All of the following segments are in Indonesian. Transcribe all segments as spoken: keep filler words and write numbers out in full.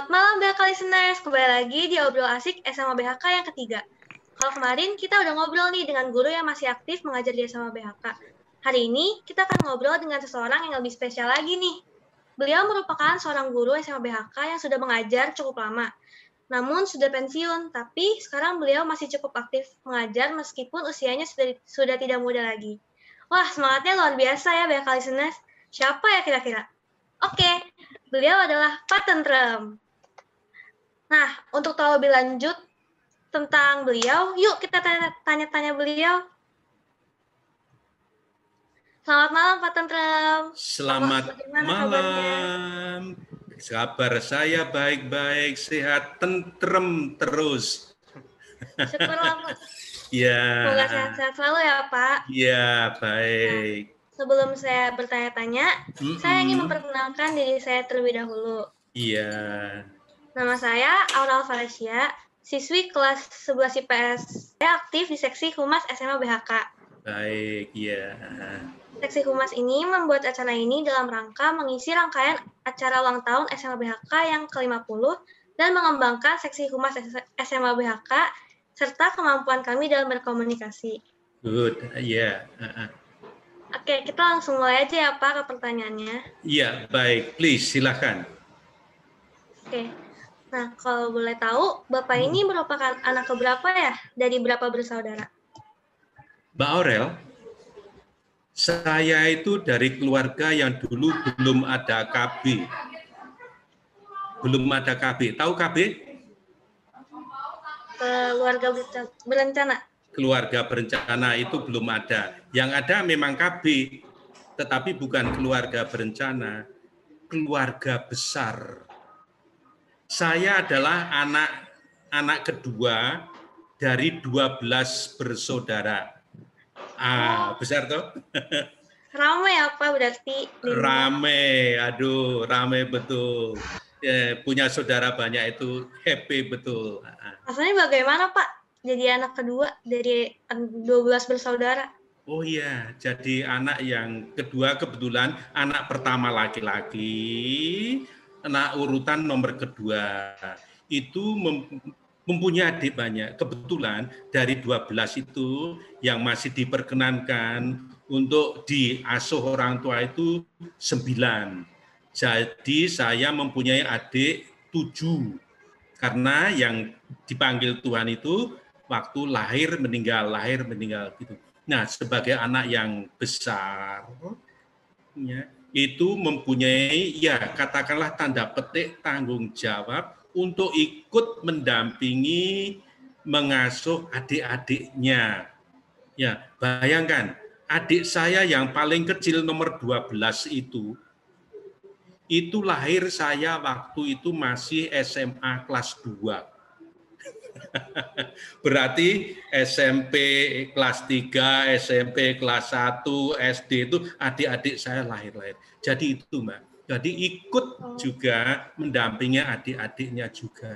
Selamat malam B H K listeners, kembali lagi di Obrol Asik S M A B H K yang ketiga. Kalau kemarin kita udah ngobrol nih dengan guru yang masih aktif mengajar di S M A B H K. Hari ini kita akan ngobrol dengan seseorang yang lebih spesial lagi nih. Beliau merupakan seorang guru S M A B H K yang sudah mengajar cukup lama. Namun sudah pensiun, tapi sekarang beliau masih cukup aktif mengajar meskipun usianya sudah, sudah tidak muda lagi. Wah, semangatnya luar biasa ya B H K listeners. Siapa ya kira-kira? Oke, beliau adalah Pak Tentrem. Nah, untuk tahu lebih lanjut tentang beliau, yuk kita tanya-tanya beliau. Selamat malam Pak Tentrem. Selamat Bagaimana malam. kabarnya? Kabar saya baik-baik, sehat, tentrem terus. Syukurlah Pak. Ya. Semoga sehat-sehat selalu ya Pak. Ya, baik. Nah, sebelum saya bertanya-tanya, Mm-mm. saya ingin memperkenalkan diri saya terlebih dahulu. Iya. Nama saya Aura Alvaresia, siswi kelas sebelas I P S. Saya aktif di seksi Humas S M A B H K. Baik, ya. Seksi Humas ini membuat acara ini dalam rangka mengisi rangkaian acara ulang tahun S M A B H K yang ke lima puluh dan mengembangkan seksi Humas S M A B H K serta kemampuan kami dalam berkomunikasi. Good, ya. Yeah. Oke, kita langsung mulai aja ya Pak ke pertanyaannya. Iya, baik. Please, silakan. Oke. Nah, kalau boleh tahu, Bapak ini merupakan anak keberapa ya? Dari berapa bersaudara? Mbak Aurel, saya itu dari keluarga yang dulu belum ada K B. Belum ada K B. Tahu K B? Keluarga berencana. Keluarga berencana itu belum ada. Yang ada memang K B, tetapi bukan keluarga berencana. Keluarga besar. Saya adalah anak anak kedua dari dua belas bersaudara. Ah, besar toh? Rame apa berarti? Rame, aduh, rame betul. Ya, punya saudara banyak itu happy betul. Rasanya bagaimana Pak? Jadi anak kedua dari dua belas bersaudara. Oh iya, jadi anak yang kedua kebetulan anak pertama laki-laki, anak urutan nomor kedua. Itu mempunyai adik banyak. Kebetulan dari dua belas itu yang masih diperkenankan untuk diasuh orang tua itu sembilan. Jadi saya mempunyai adik tujuh. Karena yang dipanggil Tuhan itu waktu lahir meninggal, lahir meninggal gitu. Nah, sebagai anak yang besar, ya, itu mempunyai, ya katakanlah tanda petik tanggung jawab untuk ikut mendampingi, mengasuh adik-adiknya. Ya, bayangkan, adik saya yang paling kecil nomor dua belas itu, itu lahir saya waktu itu masih S M A kelas dua. Berarti S M P kelas tiga, S M P kelas satu, S D itu adik-adik saya lahir-lahir. Jadi itu Mbak, jadi ikut juga mendampingi adik-adiknya juga.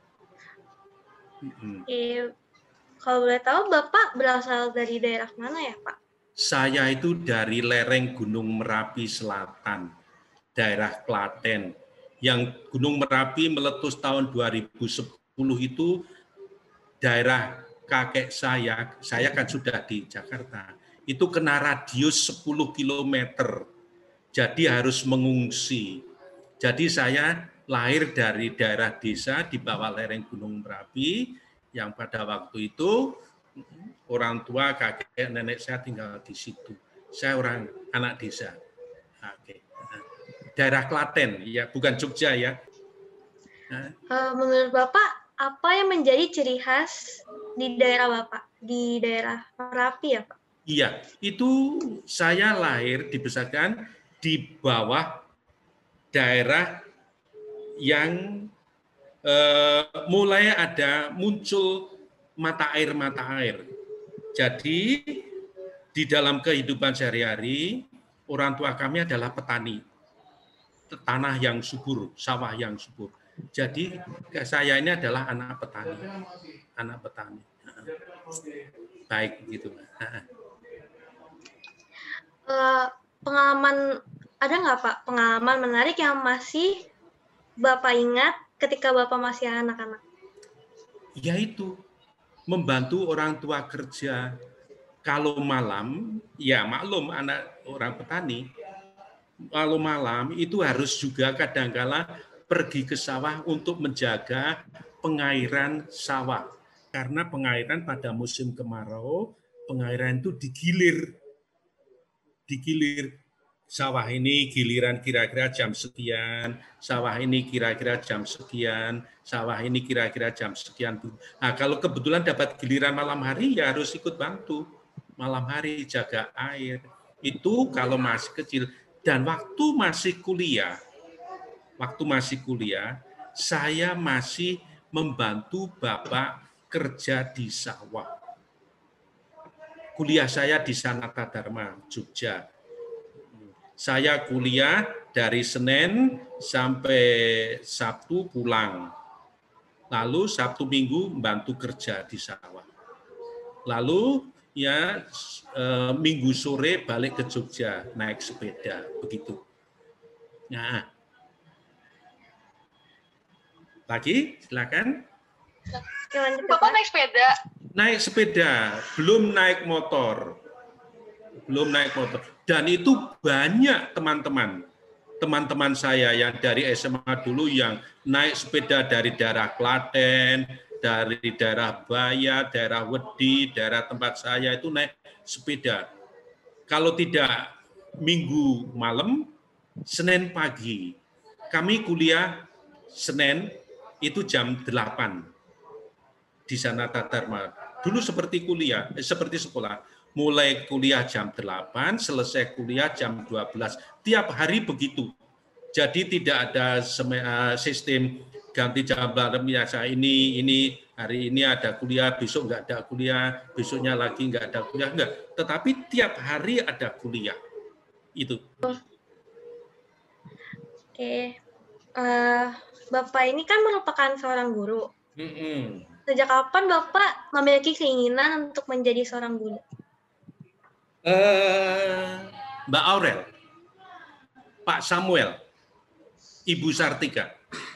Eh, kalau boleh tahu Bapak berasal dari daerah mana ya Pak? Saya itu dari lereng Gunung Merapi Selatan, daerah Klaten. Yang Gunung Merapi meletus tahun dua ribu sepuluh itu daerah kakek saya, saya kan sudah di Jakarta, itu kena radius sepuluh kilometer. Jadi harus mengungsi. Jadi saya lahir dari daerah desa di bawah lereng Gunung Merapi, yang pada waktu itu orang tua kakek nenek saya tinggal di situ. Saya orang anak desa. Oke. Daerah Klaten, ya bukan Jogja ya. Uh, menurut Bapak, apa yang menjadi ciri khas di daerah Bapak, di daerah Merapi ya Pak? Iya, itu saya lahir dibesarkan di bawah daerah yang eh, mulai ada muncul mata air-mata air. Jadi di dalam kehidupan sehari-hari, orang tua kami adalah petani. Tanah yang subur, sawah yang subur. Jadi saya ini adalah anak petani. Anak petani. Baik gitu. Uh, pengalaman ada nggak Pak pengalaman menarik yang masih Bapak ingat ketika Bapak masih anak-anak? Yaitu membantu orang tua kerja. Kalau malam, ya maklum anak orang petani, kalau malam itu harus juga kadangkala pergi ke sawah untuk menjaga pengairan sawah. Karena pengairan pada musim kemarau, pengairan itu digilir. Digilir. Sawah ini giliran kira-kira jam sekian, sawah ini kira-kira jam sekian, sawah ini kira-kira jam sekian. Nah, kalau kebetulan dapat giliran malam hari, ya harus ikut bantu. Malam hari jaga air. Itu kalau masih kecil. Dan waktu masih kuliah, waktu masih kuliah, saya masih membantu Bapak kerja di sawah. Kuliah saya di Sanata Dharma, Jogja. Saya kuliah dari Senin sampai Sabtu pulang. Lalu Sabtu Minggu membantu kerja di sawah. Lalu ya eh, Minggu sore balik ke Jogja naik sepeda begitu. Nah, lagi silakan. Bapak naik sepeda? Naik sepeda, belum naik motor. Belum naik motor. Dan itu banyak teman-teman. Teman-teman saya yang dari S M A dulu yang naik sepeda dari daerah Klaten, dari daerah Baya, daerah Wedi, daerah tempat saya itu naik sepeda. Kalau tidak Minggu malam, Senin pagi. Kami kuliah Senin itu jam delapan di Sanata Dharma. Dulu seperti kuliah, eh, seperti sekolah. Mulai kuliah jam delapan, selesai kuliah jam dua belas. Tiap hari begitu. Jadi tidak ada sistem ganti jam biasa ini, ini hari ini ada kuliah, besok nggak ada kuliah, besoknya lagi nggak ada kuliah, enggak. Tetapi tiap hari ada kuliah. Itu. Oke. Uh, Bapak ini kan merupakan seorang guru. Mm-mm. Sejak kapan Bapak memiliki keinginan untuk menjadi seorang guru? Uh, Mbak Aurel, Pak Samuel, Ibu Sartika,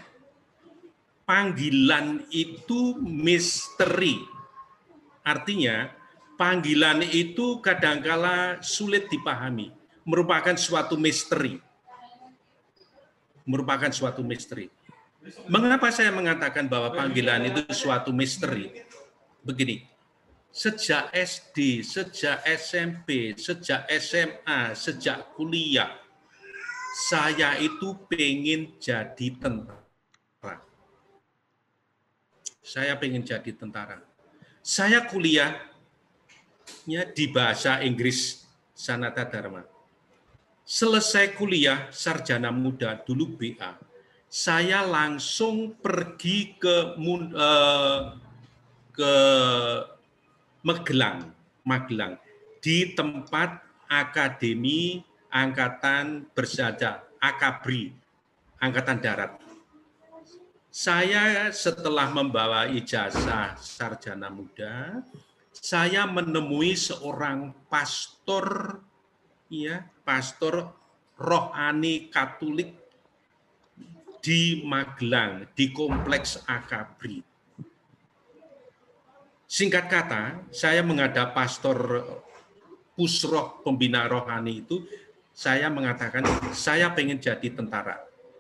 panggilan itu misteri. Artinya, panggilan itu kadangkala sulit dipahami, merupakan suatu misteri. Merupakan suatu misteri. Mengapa saya mengatakan bahwa panggilan itu suatu misteri? Begini, sejak S D, sejak S M P, sejak S M A, sejak kuliah, saya itu pengen jadi tentara. Saya pengen jadi tentara. Saya kuliahnya di bahasa Inggris Sanata Dharma. Selesai kuliah sarjana muda dulu B A, saya langsung pergi ke ke Magelang, Magelang di tempat Akademi Angkatan Bersenjata, Akabri, Angkatan Darat. Saya setelah membawa ijazah sarjana muda, saya menemui seorang pastor, ya, pastor rohani Katolik di Magelang, di kompleks Akabri. Singkat kata, saya menghadap pastor Pusroh pembina rohani itu, saya mengatakan, saya pengen jadi tentara.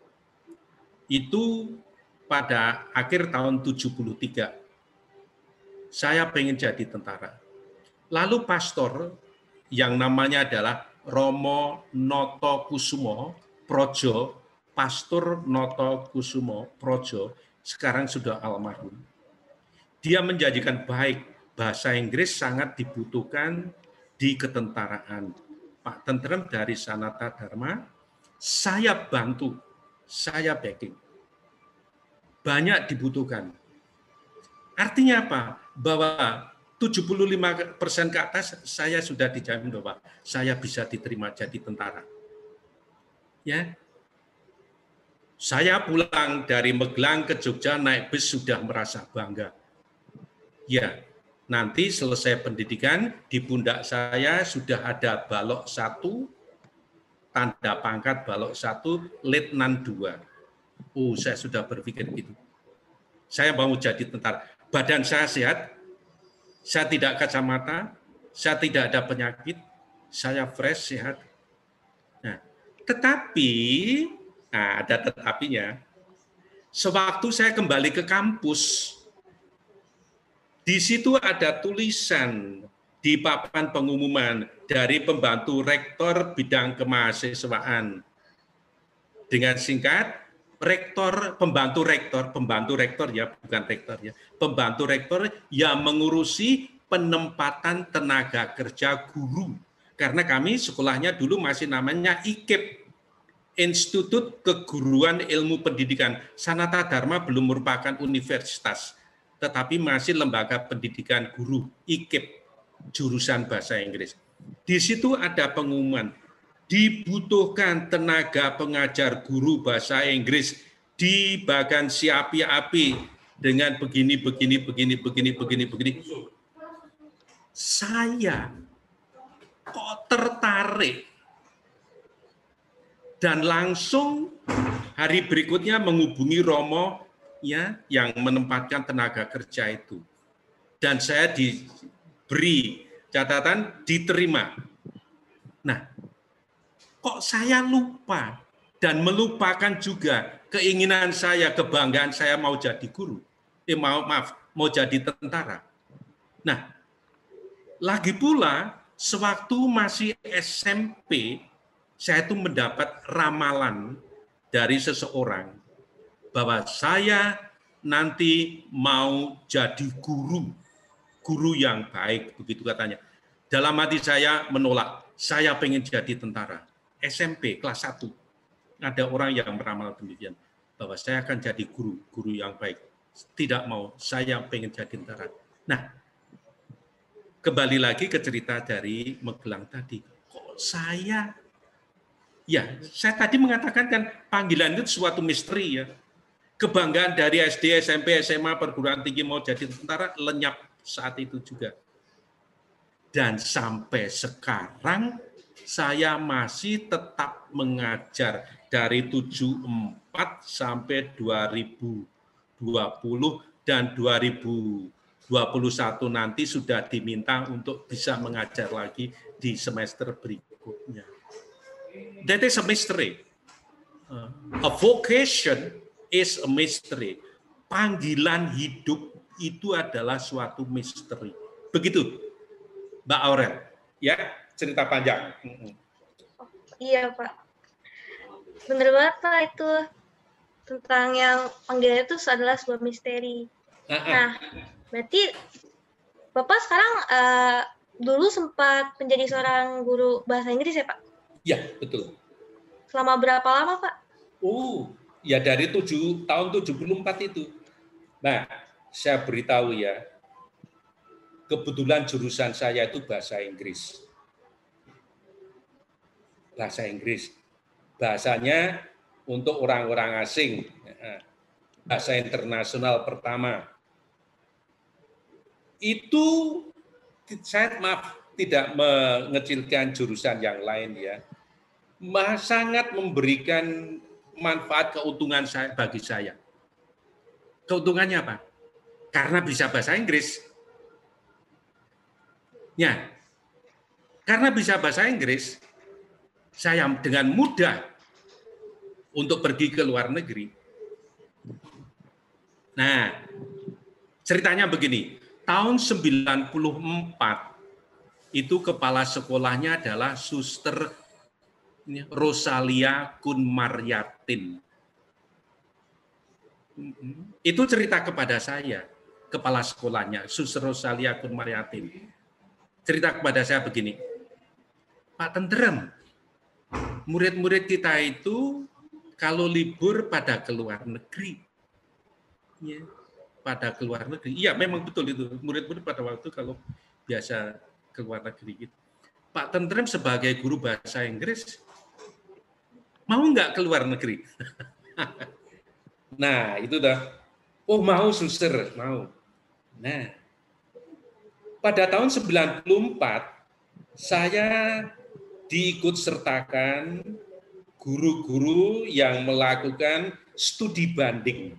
Itu pada akhir tahun tujuh puluh tiga. Saya pengen jadi tentara. Lalu pastor yang namanya adalah Romo Noto Kusumo Projo, Pastor Noto Kusumo Projo, sekarang sudah almarhum. Dia menjanjikan baik, bahasa Inggris sangat dibutuhkan di ketentaraan. Pak Tentrem dari Sanata Dharma, saya bantu, saya backing. Banyak dibutuhkan. Artinya apa? Bahwa tujuh puluh lima persen ke atas saya sudah dijamin bahwa saya bisa diterima jadi tentara. Ya. Saya pulang dari Magelang ke Jogja naik bus sudah merasa bangga. Ya, nanti selesai pendidikan di pundak saya sudah ada balok satu, tanda pangkat balok satu, letnan dua. Oh, saya sudah berpikir gitu. Saya mau jadi tentara. Badan saya sehat, saya tidak kacamata, saya tidak ada penyakit, saya fresh, sehat. Nah, tetapi, nah ada tetapinya, sewaktu saya kembali ke kampus, di situ ada tulisan di papan pengumuman dari pembantu rektor bidang kemahasiswaan. Dengan singkat, rektor, pembantu rektor, pembantu rektor ya, bukan rektor ya, pembantu rektor yang mengurusi penempatan tenaga kerja guru. Karena kami sekolahnya dulu masih namanya I K I P, Institut Keguruan Ilmu Pendidikan. Sanata Dharma belum merupakan universitas, tetapi masih lembaga pendidikan guru, I K I P, jurusan bahasa Inggris. Di situ ada pengumuman, dibutuhkan tenaga pengajar guru bahasa Inggris di Bagansi Api-Api dengan begini, begini, begini, begini, begini, begini. Saya kok tertarik dan langsung hari berikutnya menghubungi Romo ya yang menempatkan tenaga kerja itu. Dan saya diberi catatan diterima. Nah, kok saya lupa dan melupakan juga keinginan saya, kebanggaan saya mau jadi guru. Eh mau maaf, mau jadi tentara. Nah, lagi pula sewaktu masih S M P, saya itu mendapat ramalan dari seseorang bahwa saya nanti mau jadi guru, guru yang baik, begitu katanya. Dalam hati saya menolak, saya pengen jadi tentara. S M P kelas satu, ada orang yang meramal demikian, bahwa saya akan jadi guru, guru yang baik. Tidak mau, saya pengen jadi tentara. Nah, kembali lagi ke cerita dari Magelang tadi. Kok saya, ya saya tadi mengatakan kan panggilan itu suatu misteri ya. Kebanggaan dari S D, S M P, S M A, perguruan tinggi mau jadi tentara lenyap saat itu juga. Dan sampai sekarang saya masih tetap mengajar dari tujuh puluh empat sampai dua ribu dua puluh dan dua ribu dua puluh satu nanti sudah diminta untuk bisa mengajar lagi di semester berikutnya. That is a mystery. A vocation is a mystery. Panggilan hidup itu adalah suatu misteri. Begitu, Mbak Aurel. Ya, cerita panjang. Oh, iya, Pak. Benar banget, Pak, itu. Tentang yang panggilan itu adalah sebuah misteri. Uh-uh. Nah, berarti Bapak sekarang uh, dulu sempat menjadi seorang guru bahasa Inggris ya, Pak? Iya, betul. Selama berapa lama, Pak? Oh, ya dari tujuh, tahun tujuh puluh empat itu. Nah, saya beritahu ya, kebetulan jurusan saya itu bahasa Inggris. Bahasa Inggris. Bahasanya untuk orang-orang asing. Bahasa internasional pertama. Itu saya maaf tidak mengecilkan jurusan yang lain ya. Sangat memberikan manfaat keuntungan saya bagi saya. Keuntungannya apa? Karena bisa bahasa Inggris. Ya. Karena bisa bahasa Inggris, saya dengan mudah untuk pergi ke luar negeri. Nah, ceritanya begini. Tahun sembilan puluh empat itu kepala sekolahnya adalah Suster Rosalia Kunmaryatin. Itu cerita kepada saya, kepala sekolahnya, Suster Rosalia Kunmaryatin. Cerita kepada saya begini, Pak Tentrem, murid-murid kita itu kalau libur pada keluar negeri. Ya. Pada keluar negeri. Iya, memang betul itu. Murid-murid pada waktu kalau biasa keluar negeri gitu. Pak Tentrem sebagai guru bahasa Inggris, mau nggak keluar negeri? Nah, itu dah. Oh, mau, Suster, mau. Nah, pada tahun sembilan puluh empat, saya diikut sertakan guru-guru yang melakukan studi banding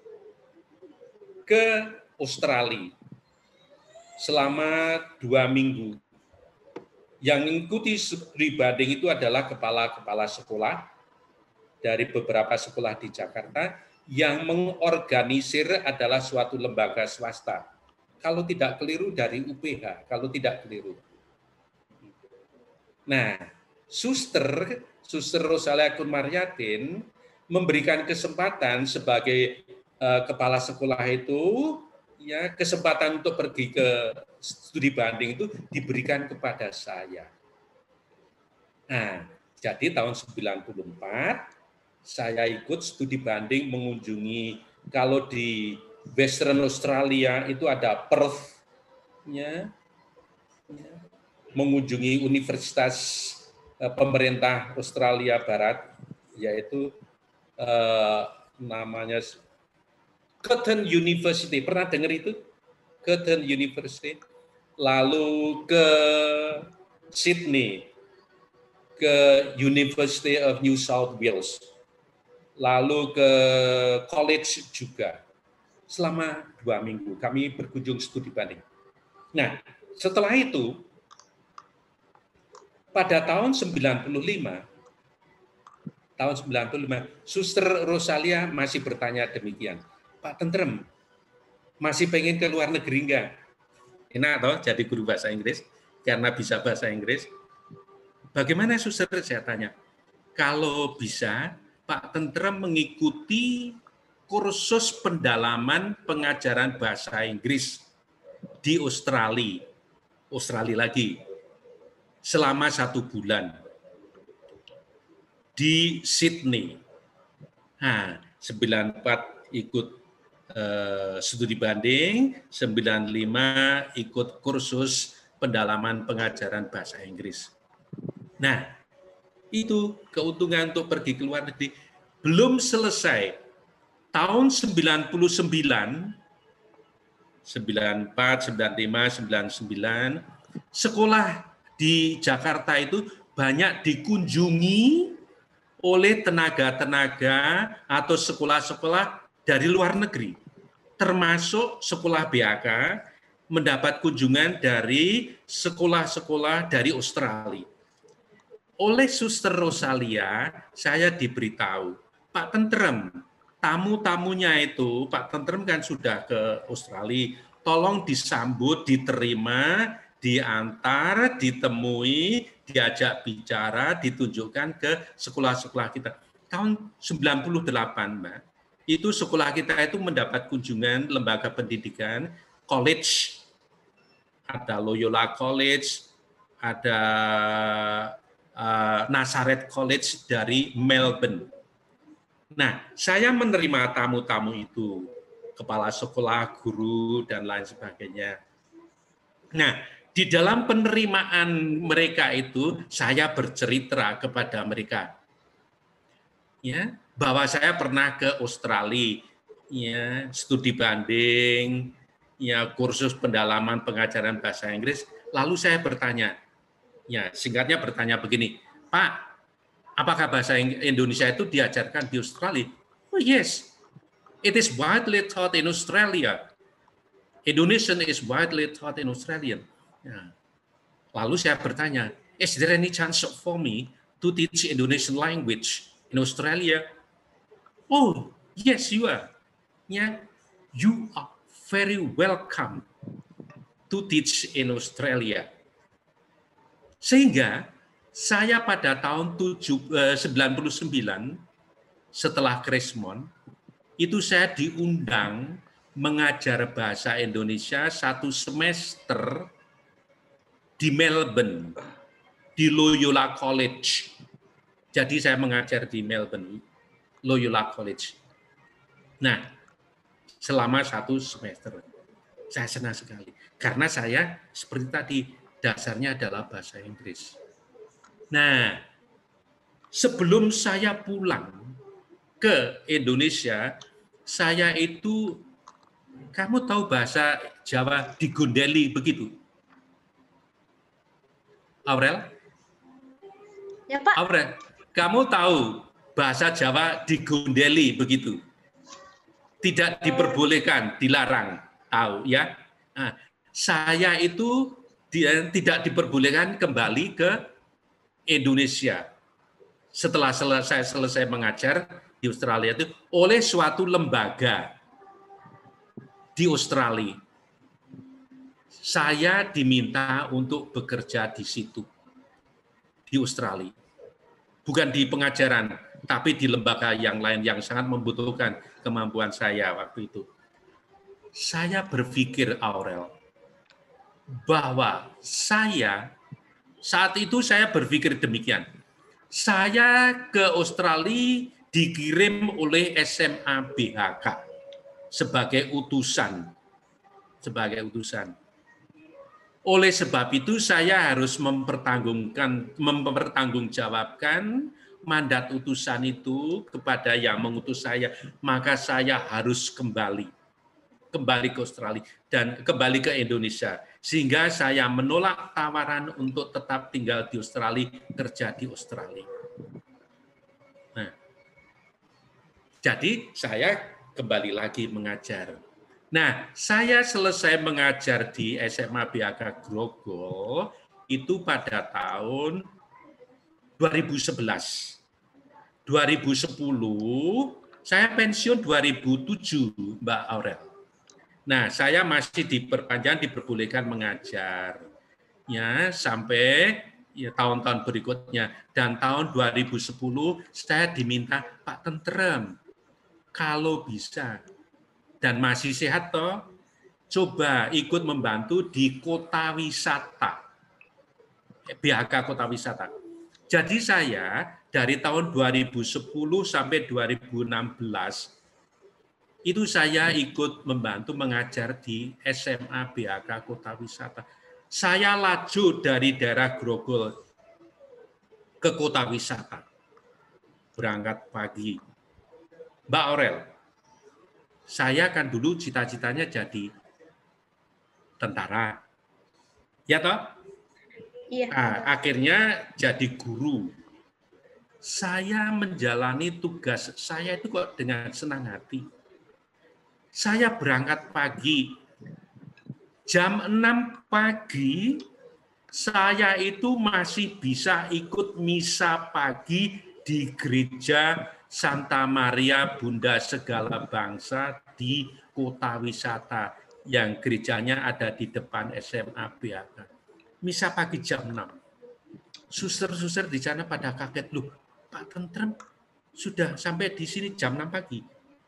ke Australia selama dua minggu. Yang mengikuti studi banding itu adalah kepala-kepala sekolah dari beberapa sekolah di Jakarta, yang mengorganisir adalah suatu lembaga swasta. Kalau tidak keliru dari U P H, kalau tidak keliru. Nah, Suster, Suster Rosalia Kurniatin memberikan kesempatan sebagai uh, kepala sekolah itu, ya, kesempatan untuk pergi ke studi banding itu diberikan kepada saya. Nah, jadi tahun sembilan puluh empat saya ikut studi banding mengunjungi, kalau di Western Australia itu ada Perth, ya, ya, mengunjungi universitas eh, pemerintah Australia Barat, yaitu eh, namanya Curtin University. Pernah dengar itu? Curtin University. Lalu ke Sydney, ke University of New South Wales, lalu ke college juga. Selama dua minggu kami berkunjung studi banding. Nah, setelah itu, pada tahun sembilan puluh lima, tahun sembilan puluh lima, Suster Rosalia masih bertanya demikian, Pak Tentrem, masih pengen ke luar negeri enggak? Enak toh jadi guru bahasa Inggris, karena bisa bahasa Inggris. Bagaimana Suster, saya tanya? Kalau bisa, Pak Tentrem mengikuti kursus pendalaman pengajaran bahasa Inggris di Australia, Australia lagi, selama satu bulan di Sydney. Nah, sembilan puluh empat ikut eh, studi banding, sembilan puluh lima ikut kursus pendalaman pengajaran bahasa Inggris. Nah, itu keuntungan untuk pergi ke luar negeri. Belum selesai. Tahun sembilan puluh sembilan, sembilan puluh empat, sembilan puluh lima, sembilan puluh sembilan, sekolah di Jakarta itu banyak dikunjungi oleh tenaga-tenaga atau sekolah-sekolah dari luar negeri. Termasuk sekolah B A K mendapat kunjungan dari sekolah-sekolah dari Australia. Oleh Suster Rosalia, saya diberitahu, Pak Tentrem, tamu-tamunya itu, Pak Tentrem kan sudah ke Australia, tolong disambut, diterima, diantar, ditemui, diajak bicara, ditunjukkan ke sekolah-sekolah kita. Tahun sembilan puluh delapan, Mbak, itu sekolah kita itu mendapat kunjungan lembaga pendidikan, college, ada Loyola College, ada uh, Nazareth College dari Melbourne. Nah, saya menerima tamu-tamu itu, kepala sekolah, guru, dan lain sebagainya. Nah, di dalam penerimaan mereka itu, saya bercerita kepada mereka, ya, bahwa saya pernah ke Australia, ya, studi banding, ya, kursus pendalaman pengajaran bahasa Inggris. Lalu saya bertanya, ya, singkatnya bertanya begini, Pak, apakah bahasa Indonesia itu diajarkan di Australia? Oh yes, it is widely taught in Australia. Indonesian is widely taught in Australia. Ya. Lalu saya bertanya, is there any chance for me to teach Indonesian language in Australia? Oh yes, you are. Yeah, you are very welcome to teach in Australia. Sehingga saya pada tahun sembilan puluh sembilan, setelah Krismon, itu saya diundang mengajar bahasa Indonesia satu semester di Melbourne, di Loyola College. Jadi saya mengajar di Melbourne, Loyola College. Nah, selama satu semester. Saya senang sekali. Karena saya, seperti tadi, dasarnya adalah bahasa Inggris. Nah, sebelum saya pulang ke Indonesia, saya itu, kamu tahu bahasa Jawa digondeli begitu? Aurel? Ya, Pak. Aurel, kamu tahu bahasa Jawa digondeli begitu. Tidak diperbolehkan, dilarang, tahu ya. Nah, saya itu dia, tidak diperbolehkan kembali ke Indonesia setelah selesai selesai mengajar di Australia itu oleh suatu lembaga di Australia. Saya diminta untuk bekerja di situ, di Australia. Bukan di pengajaran, tapi di lembaga yang lain yang sangat membutuhkan kemampuan saya waktu itu. Saya berpikir, Aurel, bahwa saya, saat itu saya berpikir demikian. Saya ke Australia dikirim oleh S M A B H K sebagai utusan. Sebagai utusan. Oleh sebab itu saya harus mempertanggungkan, mempertanggungjawabkan mandat utusan itu kepada yang mengutus saya, maka saya harus kembali, kembali ke Australia dan kembali ke Indonesia, sehingga saya menolak tawaran untuk tetap tinggal di Australia, kerja di Australia. Nah, jadi saya kembali lagi mengajar. Nah, saya selesai mengajar di S M A B H K Grogol itu pada tahun dua ribu sebelas. dua ribu sepuluh, saya pensiun dua ribu tujuh, Mbak Aurel. Nah, saya masih diperpanjang, diperbolehkan mengajar ya sampai ya tahun-tahun berikutnya. Dan tahun dua ribu sepuluh saya diminta, Pak Tentrem, kalau bisa dan masih sehat toh, coba ikut membantu di kota wisata, B H K Kota Wisata. Jadi saya dari tahun dua ribu sepuluh sampai dua ribu enam belas itu saya ikut membantu mengajar di S M A B H K Kota Wisata. Saya laju dari daerah Grogol ke kota wisata, berangkat pagi. Mbak Aurel, saya kan dulu cita-citanya jadi tentara, ya toh? Iya. Nah, akhirnya jadi guru. Saya menjalani tugas saya itu kok dengan senang hati. Saya berangkat pagi, jam enam pagi, saya itu masih bisa ikut misa pagi di gereja Santa Maria Bunda Segala Bangsa di kota wisata yang gerejanya ada di depan S M A B H K. Misa pagi jam enam. Suster-suster di sana pada kaget, loh, Pak Tentrem sudah sampai di sini jam enam pagi.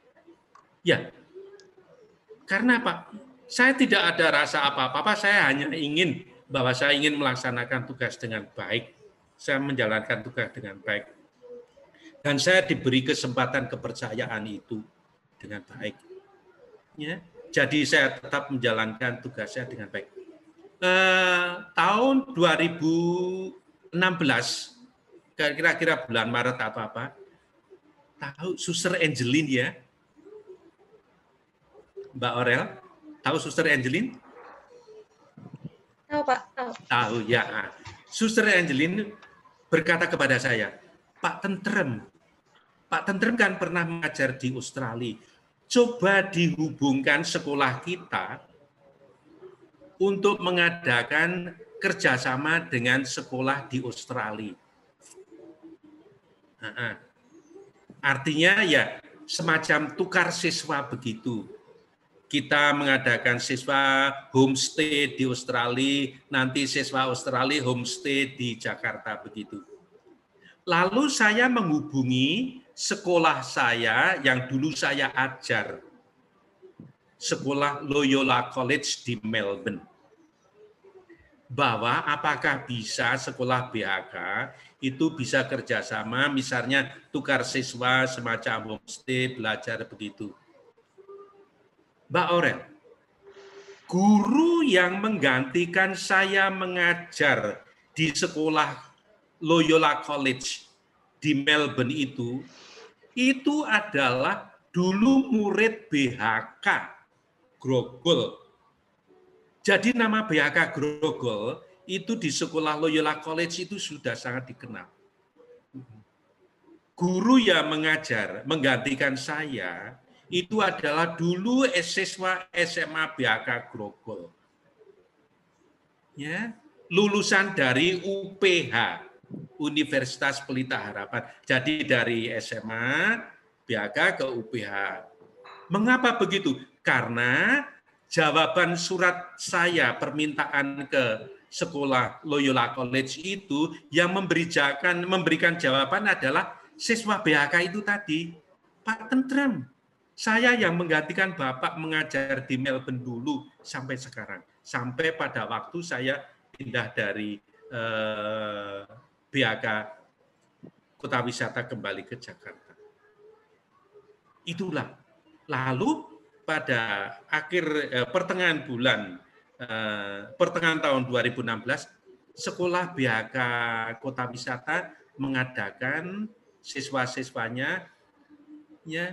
Ya, karena Pak, saya tidak ada rasa apa-apa, saya hanya ingin bahwa saya ingin melaksanakan tugas dengan baik. Saya menjalankan tugas dengan baik. Dan saya diberi kesempatan kepercayaan itu dengan baik. Ya, jadi saya tetap menjalankan tugas saya dengan baik. Eh, tahun dua ribu enam belas, kira-kira bulan Maret atau apa, tahu Suster Angeline ya? Mbak Aurel, tahu Suster Angeline? Tahu Pak, tahu. Tahu ya. Suster Angeline berkata kepada saya, Pak Tentrem, Pak Tentrem kan pernah mengajar di Australia. Coba dihubungkan sekolah kita untuk mengadakan kerjasama dengan sekolah di Australia. Nah, artinya ya semacam tukar siswa begitu. Kita mengadakan siswa homestay di Australia, nanti siswa Australia homestay di Jakarta begitu. Lalu saya menghubungi sekolah saya yang dulu saya ajar, sekolah Loyola College di Melbourne, bahwa apakah bisa sekolah B H K itu bisa kerjasama, misalnya tukar siswa semacam homestay, belajar begitu. Mbak Aurel, guru yang menggantikan saya mengajar di sekolah Loyola College di Melbourne itu, itu adalah dulu murid B H K Grogol. Jadi nama B H K Grogol itu di sekolah Loyola College itu sudah sangat dikenal. guru yang mengajar, menggantikan saya, itu adalah dulu siswa S M A B H K Grogol. Ya, lulusan dari U P H, Universitas Pelita Harapan. Jadi dari S M A B H K ke U P H. Mengapa begitu? Karena jawaban surat saya permintaan ke sekolah Loyola College itu yang memberikan memberikan jawaban adalah siswa B H K itu tadi, Pak Tentrem. Saya yang menggantikan Bapak mengajar di Melbourne dulu sampai sekarang. Sampai pada waktu saya pindah dari eh, B H K Kota Wisata kembali ke Jakarta. Itulah. Lalu pada akhir eh, pertengahan bulan, eh, pertengahan tahun dua ribu enam belas, Sekolah B H K Kota Wisata mengadakan siswa-siswanya ya,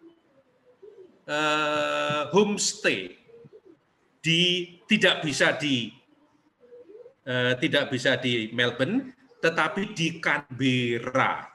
eh, homestay di tidak bisa di eh, tidak bisa di Melbourne, tetapi di Canberra.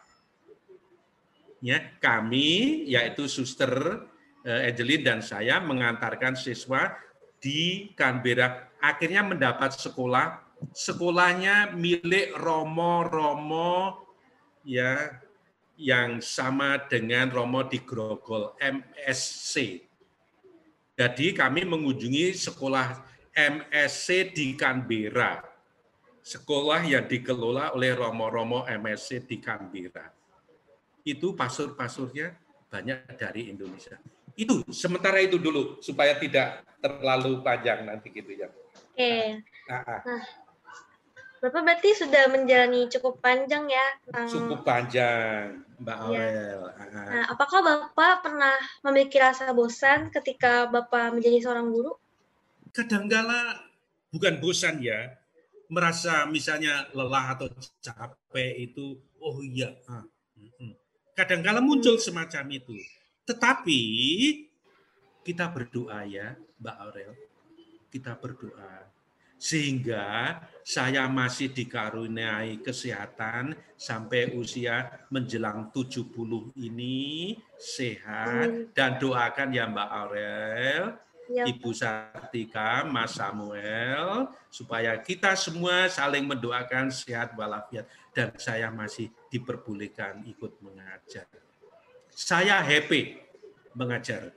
Ya, kami yaitu Suster eh, Angeline dan saya mengantarkan siswa di Canberra. Akhirnya mendapat sekolah, sekolahnya milik Romo-Romo ya yang sama dengan Romo di Grogol, M S C. Jadi kami mengunjungi sekolah M S C di Canberra, sekolah yang dikelola oleh Romo-Romo M S C di Canberra. Itu pasur-pasurnya banyak dari Indonesia. Itu sementara itu dulu supaya tidak terlalu panjang nanti gitu ya. Oke. Nah, Bapak berarti sudah menjalani cukup panjang ya tentang... Cukup panjang, Mbak Aurel. Ya. Nah, apakah Bapak pernah memiliki rasa bosan ketika Bapak menjadi seorang guru? Kadangkala bukan bosan ya, merasa misalnya lelah atau capek itu, oh iya. Kadangkala muncul semacam itu. Tetapi kita berdoa ya, Mbak Aurel. Kita berdoa. Sehingga saya masih dikaruniai kesehatan sampai usia menjelang tujuh puluh ini sehat. Dan doakan ya Mbak Aurel, ya. Ibu Sartika, Mas Samuel, supaya kita semua saling mendoakan sehat walafiat. Dan saya masih diperbolehkan ikut mengajar. Saya happy mengajar.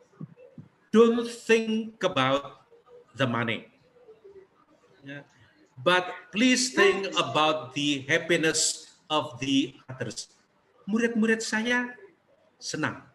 Don't think about the money. Yeah. But please think about the happiness of the others. Murid-murid saya senang.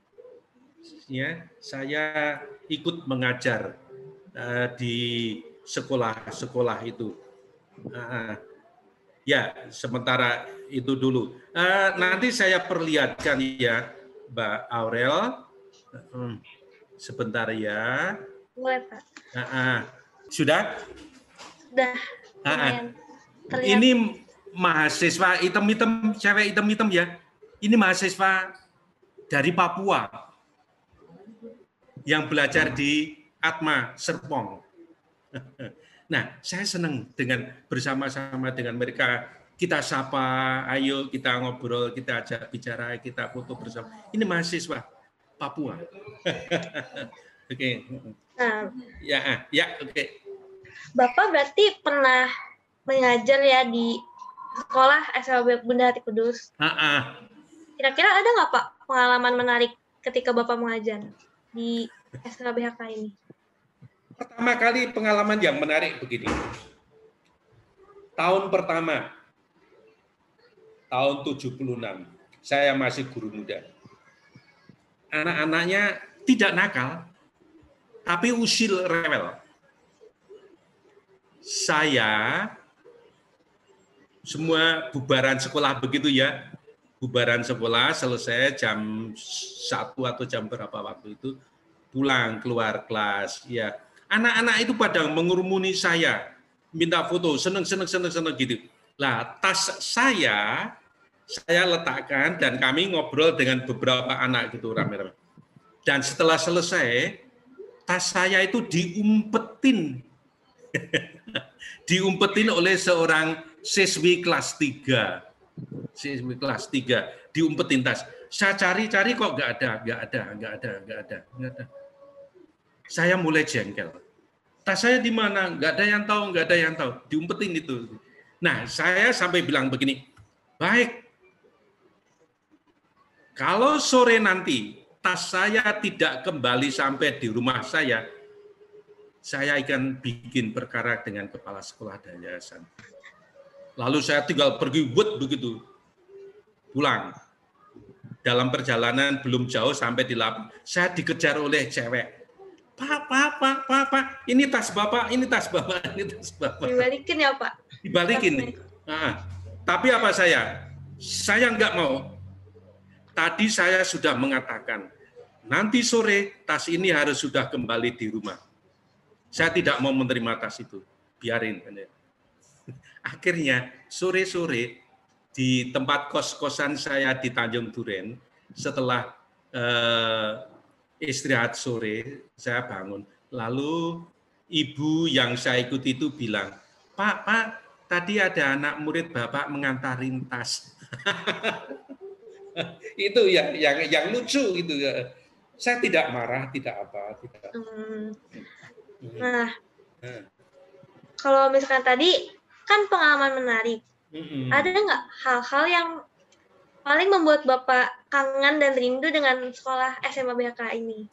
Ya, saya ikut mengajar uh, di sekolah-sekolah itu. Uh, ya, sementara itu dulu. Uh, nanti saya perlihatkan ya, Mbak Aurel. Uh, sebentar ya. Boleh, Pak. Uh, uh. Sudah? Sudah. Uh, ini mahasiswa hitam-hitam, cewek hitam-hitam ya. Ini mahasiswa dari Papua yang belajar di Atma Serpong. Nah, saya senang dengan bersama-sama dengan mereka. Kita sapa, ayo kita ngobrol, kita ajak bicara, kita foto bersama. Ini mahasiswa Papua. Oke. Okay. Nah, ya, ya, oke. Okay. Bapak berarti pernah mengajar ya di sekolah S M A Bunda Hati Kudus. Uh-uh. Kira-kira ada nggak Pak pengalaman menarik ketika Bapak mengajar di S M A B H K ini? Pertama kali pengalaman yang menarik begini. Tahun pertama, tahun tujuh puluh enam, saya masih guru muda. Anak-anaknya tidak nakal, tapi usil rewel. Saya semua bubaran sekolah begitu ya, bubaran sekolah selesai jam satu atau jam berapa waktu itu, pulang keluar kelas ya. Anak-anak itu pada mengurumuni saya, minta foto, seneng seneng seneng seneng gitu. Lah tas saya saya letakkan dan kami ngobrol dengan beberapa anak gitu rame-rame. Dan setelah selesai, tas saya itu diumpetin. diumpetin oleh seorang siswi kelas tiga. kelas tiga, diumpetin tas. Saya cari-cari kok nggak ada, nggak ada, nggak ada, nggak ada, nggak ada. Saya mulai jengkel. Tas saya di mana? Nggak ada yang tahu, nggak ada yang tahu. Diumpetin itu. Nah, saya sampai bilang begini, baik, kalau sore nanti tas saya tidak kembali sampai di rumah saya, saya akan bikin perkara dengan kepala sekolah dan yayasan. Lalu saya tinggal pergi buat begitu, pulang. Dalam perjalanan belum jauh sampai di lapang, saya dikejar oleh cewek. Pak, pak, pak, pak, pak, ini tas bapak, ini tas bapak, ini tas bapak. Dibalikin ya Pak? Dibalikin nih. Nah, tapi apa saya? Saya nggak mau. Tadi saya sudah mengatakan, nanti sore tas ini harus sudah kembali di rumah. Saya tidak mau menerima tas itu, biarin. Akhirnya sore-sore di tempat kos-kosan saya di Tanjung Duren, setelah eh, istirahat sore, saya bangun. Lalu ibu yang saya ikuti itu bilang, Pak, Pak, tadi ada anak murid Bapak mengantarin tas. Itu yang, yang, yang lucu gitu. Saya tidak marah, tidak apa. Tidak. Hmm. Nah, hmm. kalau misalkan tadi kan pengalaman menarik. Mm-hmm. Ada nggak hal-hal yang paling membuat Bapak kangen dan rindu dengan sekolah S M A B H K ini?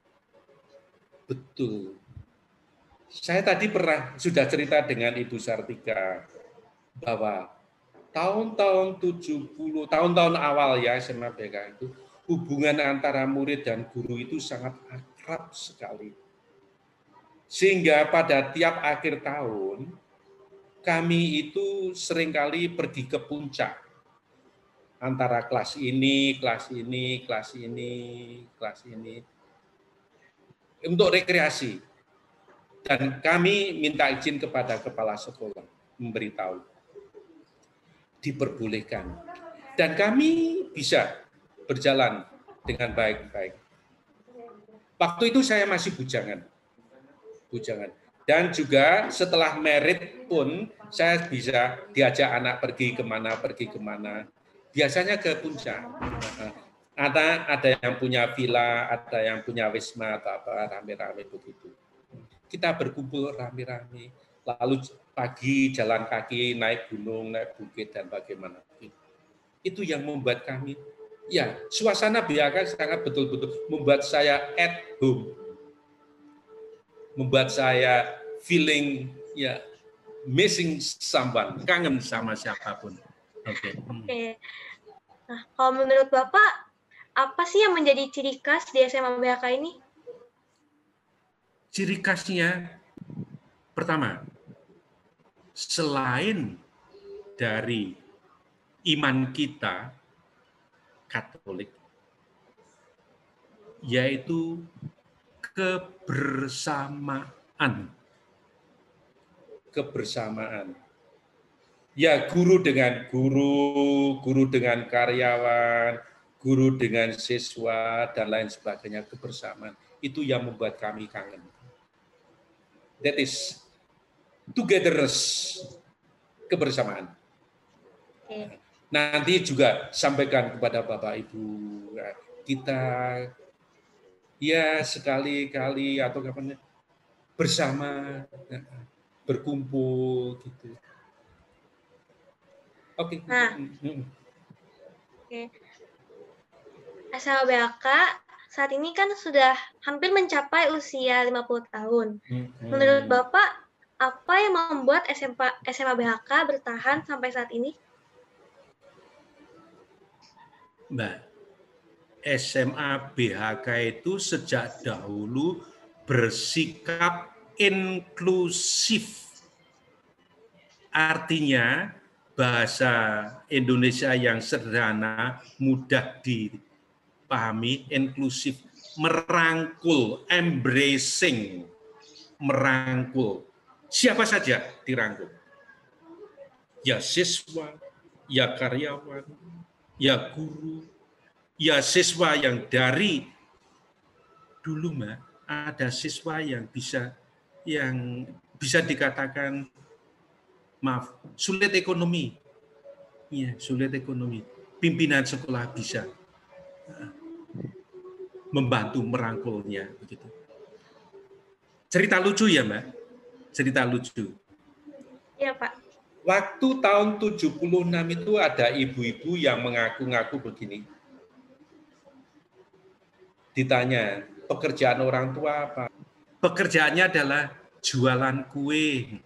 Betul. Saya tadi pernah sudah cerita dengan Ibu Sartika bahwa tahun-tahun tujuh puluh, tahun-tahun awal ya S M A B H K itu, hubungan antara murid dan guru itu sangat akrab sekali. Sehingga pada tiap akhir tahun, kami itu seringkali pergi ke puncak antara kelas ini, kelas ini, kelas ini, kelas ini untuk rekreasi. Dan kami minta izin kepada kepala sekolah memberitahu, diperbolehkan. Dan kami bisa berjalan dengan baik-baik. Waktu itu saya masih bujangan, bujangan. Dan juga setelah merit pun saya bisa diajak anak pergi kemana, pergi kemana. Biasanya ke puncak. Ada ada yang punya villa, ada yang punya wisma atau apa, rame-rame begitu. Kita berkumpul rame-rame. Lalu pagi jalan kaki, naik gunung, naik bukit dan bagaimana. Itu yang membuat kami, ya suasana B H K sangat betul-betul membuat saya at home. Membuat saya feeling ya missing someone, kangen sama siapapun. Oke. Okay. Oke. Okay. Nah, kalau menurut Bapak, apa sih yang menjadi ciri khas di S M A B H K ini? Ciri khasnya pertama, selain dari iman kita Katolik, yaitu kebersamaan. Kebersamaan. Ya, guru dengan guru, guru dengan karyawan, guru dengan siswa, dan lain sebagainya, kebersamaan. Itu yang membuat kami kangen. That is togetherness, kebersamaan. Okay. Nanti juga sampaikan kepada Bapak Ibu, kita ya sekali-kali atau kapan bersama berkumpul gitu. Oke. Okay. Nah, oke. Okay. S M A B H K saat ini kan sudah hampir mencapai usia lima puluh tahun. Hmm. Menurut Bapak, apa yang membuat S M A B H K bertahan sampai saat ini? Mbak, S M A B H K itu sejak dahulu bersikap inklusif. Artinya bahasa Indonesia yang sederhana, mudah dipahami, inklusif, merangkul, embracing, merangkul. Siapa saja dirangkul. Ya siswa, ya karyawan, ya guru, ya siswa yang dari dulu Mbak, ada siswa yang bisa yang bisa dikatakan maaf, sulit ekonomi. Iya, sulit ekonomi. Pimpinan sekolah bisa membantu merangkulnya begitu. Cerita lucu ya, Mbak? Cerita lucu. Iya, Pak. Waktu tahun tujuh puluh enam itu ada ibu-ibu yang mengaku-ngaku begini. Ditanya, pekerjaan orang tua apa? Pekerjaannya adalah jualan kue.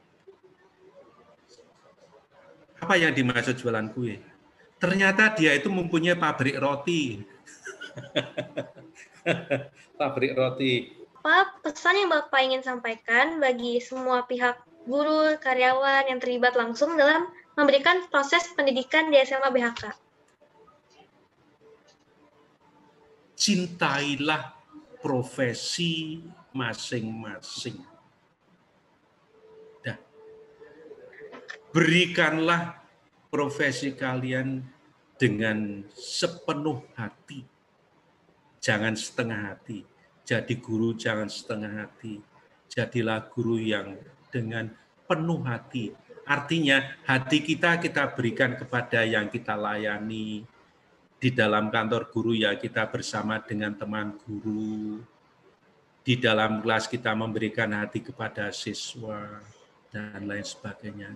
Apa yang dimaksud jualan kue? Ternyata dia itu mempunyai pabrik roti. Pabrik roti. Apa pesan yang Bapak ingin sampaikan bagi semua pihak guru, karyawan yang terlibat langsung dalam memberikan proses pendidikan di S M A B H K? Cintailah profesi masing-masing. Dan berikanlah profesi kalian dengan sepenuh hati. Jangan setengah hati. Jadi guru jangan setengah hati. Jadilah guru yang dengan penuh hati. Artinya hati kita kita berikan kepada yang kita layani. Di dalam kantor guru ya kita bersama dengan teman guru. Di dalam kelas kita memberikan hati kepada siswa dan lain sebagainya.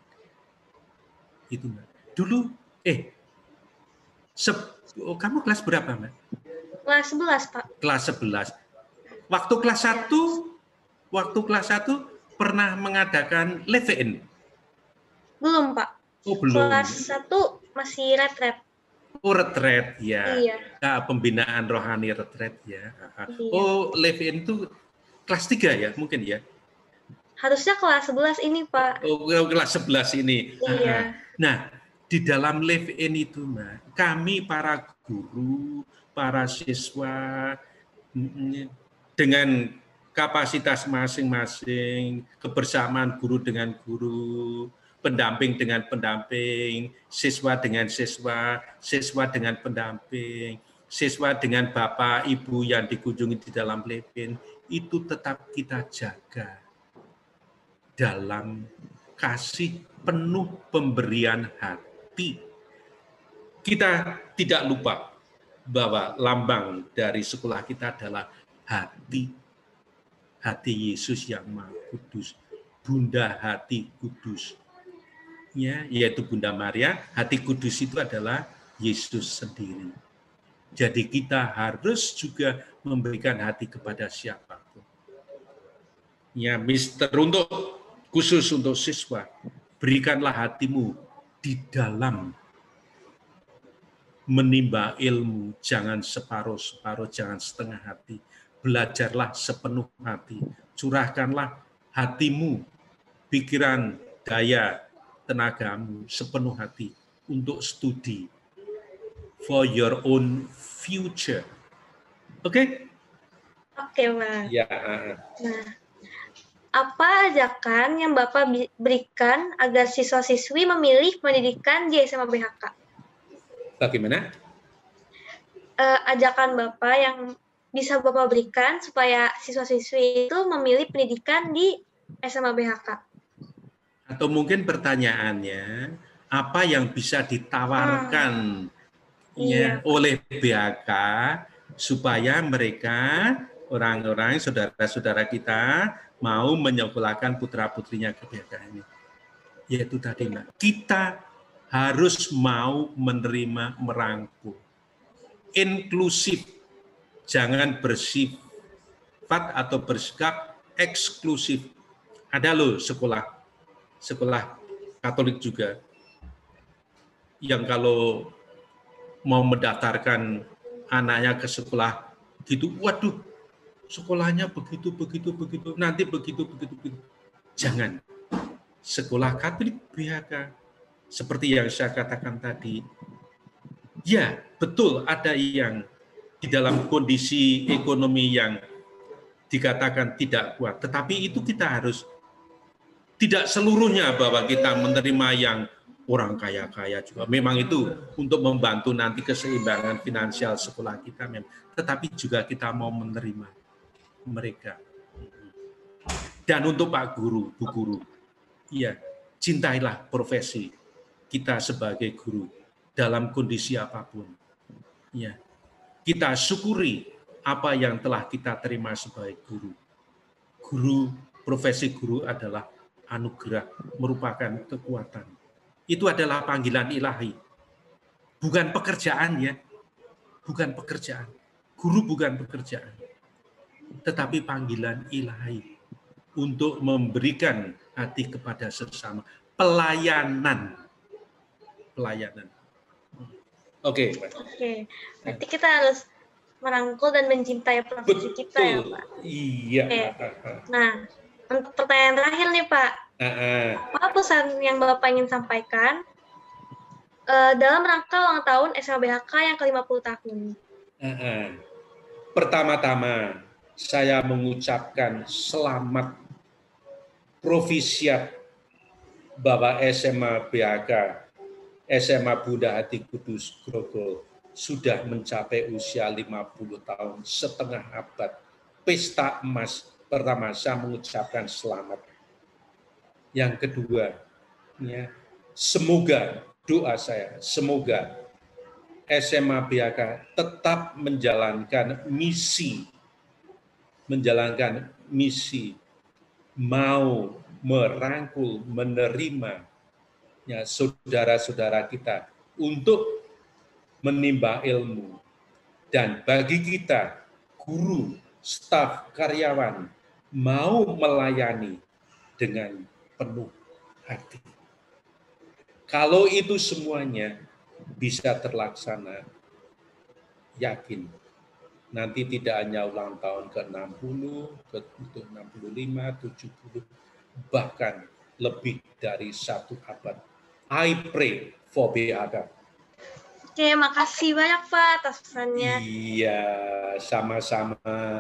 Itu Mbak. Dulu, eh, oh, kamu kelas berapa Mbak? Kelas sebelas, Pak. Kelas sebelas. Waktu kelas satu, waktu kelas satu pernah mengadakan L V N? Belum, Pak. Oh, belum. Kelas satu masih retret. Oh, retret ya. Iya. Nah, pembinaan rohani retret ya. Iya. Oh, L V N itu kelas tiga ya, mungkin ya? Harusnya kelas sebelas ini, Pak. Oh, kelas sebelas ini. Iya. Nah, di dalam L V N itu, Mbak, kami para guru, para siswa dengan kapasitas masing-masing, kebersamaan guru dengan guru, pendamping dengan pendamping, siswa dengan siswa, siswa dengan pendamping, siswa dengan bapak, ibu yang dikunjungi di dalam L V N, itu tetap kita jaga dalam kasih penuh pemberian hati. Kita tidak lupa bahwa lambang dari sekolah kita adalah hati. Hati Yesus yang Maha Kudus. Bunda Hati Kudus. Ya, yaitu Bunda Maria, hati kudus itu adalah Yesus sendiri. Jadi kita harus juga memberikan hati kepada siapapun. Ya, Mister untuk khusus untuk siswa, berikanlah hatimu di dalam menimba ilmu, jangan separuh-separuh, jangan setengah hati. Belajarlah sepenuh hati. Curahkanlah hatimu, pikiran, daya, tenagamu sepenuh hati untuk studi for your own future. Oke? Okay? Oke, okay, Mas. Ya. Nah, apa ajakan yang Bapak berikan agar siswa-siswi memilih pendidikan di S M A B H K? Bagaimana? Uh, ajakan Bapak yang bisa Bapak berikan supaya siswa-siswi itu memilih pendidikan di S M A B H K. Atau mungkin pertanyaannya, apa yang bisa ditawarkan hmm. ya, oleh B H K supaya mereka, orang-orang, saudara-saudara kita, mau menyekolahkan putra-putrinya ke B H K ini. Yaitu tadi, Mbak, kita harus mau menerima, merangkul. Inklusif, jangan bersifat atau bersikap eksklusif. Ada loh sekolah, sekolah Katolik juga, yang kalau mau mendaftarkan anaknya ke sekolah gitu, waduh, sekolahnya begitu, begitu, begitu, nanti begitu, begitu, begitu. Jangan. Sekolah Katolik B H K, seperti yang saya katakan tadi, ya betul ada yang di dalam kondisi ekonomi yang dikatakan tidak kuat, tetapi itu kita harus tidak seluruhnya bahwa kita menerima yang orang kaya-kaya juga. Memang itu untuk membantu nanti keseimbangan finansial sekolah kita, tetapi juga kita mau menerima mereka. Dan untuk Pak Guru, Bu Guru, ya cintailah profesi kita sebagai guru dalam kondisi apapun. Ya. Kita syukuri apa yang telah kita terima sebagai guru. Guru, profesi guru adalah anugerah, merupakan kekuatan. Itu adalah panggilan ilahi. Bukan pekerjaan ya. Bukan pekerjaan. Guru bukan pekerjaan. Tetapi panggilan ilahi untuk memberikan hati kepada sesama. Pelayanan. Pelayanan. Oke. Okay. Oke. Berarti kita harus merangkul dan mencintai profesi Betul. kita ya, Pak? Iya. Oke. Nah, untuk pertanyaan terakhir nih, Pak. Uh-uh. Apa pesan yang Bapak ingin sampaikan uh, dalam rangka ulang tahun S M A B H K yang ke lima puluh tahun? Uh-uh. Pertama-tama, saya mengucapkan selamat profisiat bahwa S M A B H K, S M A Bunda Hati Kudus Grogol sudah mencapai usia lima puluh tahun, setengah abad. Pesta emas. Pertama, saya mengucapkan selamat. Yang kedua, ya, semoga doa saya, semoga S M A B H K tetap menjalankan misi, menjalankan misi, mau merangkul, menerima ya, saudara-saudara kita untuk menimba ilmu. Dan bagi kita, guru, staf, karyawan, mau melayani dengan penuh hati. Kalau itu semuanya bisa terlaksana, yakin nanti tidak hanya ulang tahun ke enam puluh, ke enam puluh lima, tujuh puluh, bahkan lebih dari satu abad. I pray for B H K. Oke, makasih banyak Pak atas pesannya. Iya, sama-sama.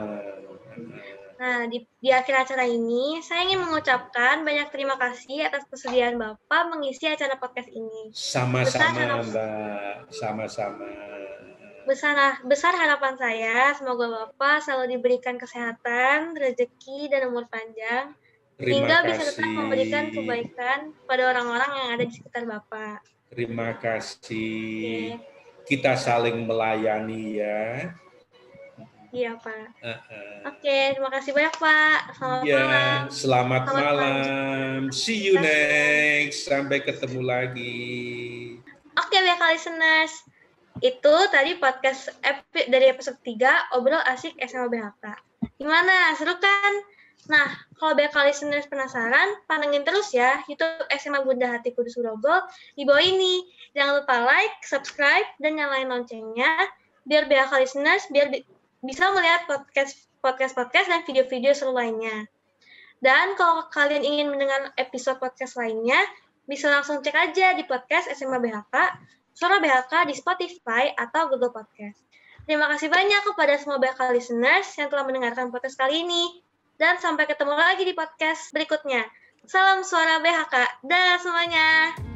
Nah, di, di akhir acara ini, saya ingin mengucapkan banyak terima kasih atas kesediaan Bapak mengisi acara podcast ini. Sama-sama, Mbak. Sama-sama. Besar, besar harapan saya, semoga Bapak selalu diberikan kesehatan, rezeki, dan umur panjang, Terima hingga kasih. bisa tetap memberikan kebaikan pada orang-orang yang ada di sekitar Bapak. Terima kasih. Oke. Kita saling melayani ya. Iya, Pak. Uh-uh. Oke, terima kasih banyak, Pak. Selamat ya, malam. Selamat, selamat malam. malam. See you Terima next. Sampai ketemu lagi. Oke, B H K listeners. Itu tadi podcast epi- dari episode tiga, Obrol Asik S M A B H K. Gimana? Seru kan? Nah, kalau B H K listeners penasaran, pantengin terus ya YouTube S M A Bunda Hati Kudus Grogol di bawah ini. Jangan lupa like, subscribe, dan nyalain loncengnya biar B H K listeners biar bi- bisa melihat podcast podcast-podcast dan video-video seru lainnya. Dan kalau kalian ingin mendengar episode podcast lainnya, bisa langsung cek aja di podcast S M A B H K, Suara B H K di Spotify atau Google Podcast. Terima kasih banyak kepada semua B H K listeners yang telah mendengarkan podcast kali ini. Dan sampai ketemu lagi di podcast berikutnya. Salam Suara B H K. Dah semuanya.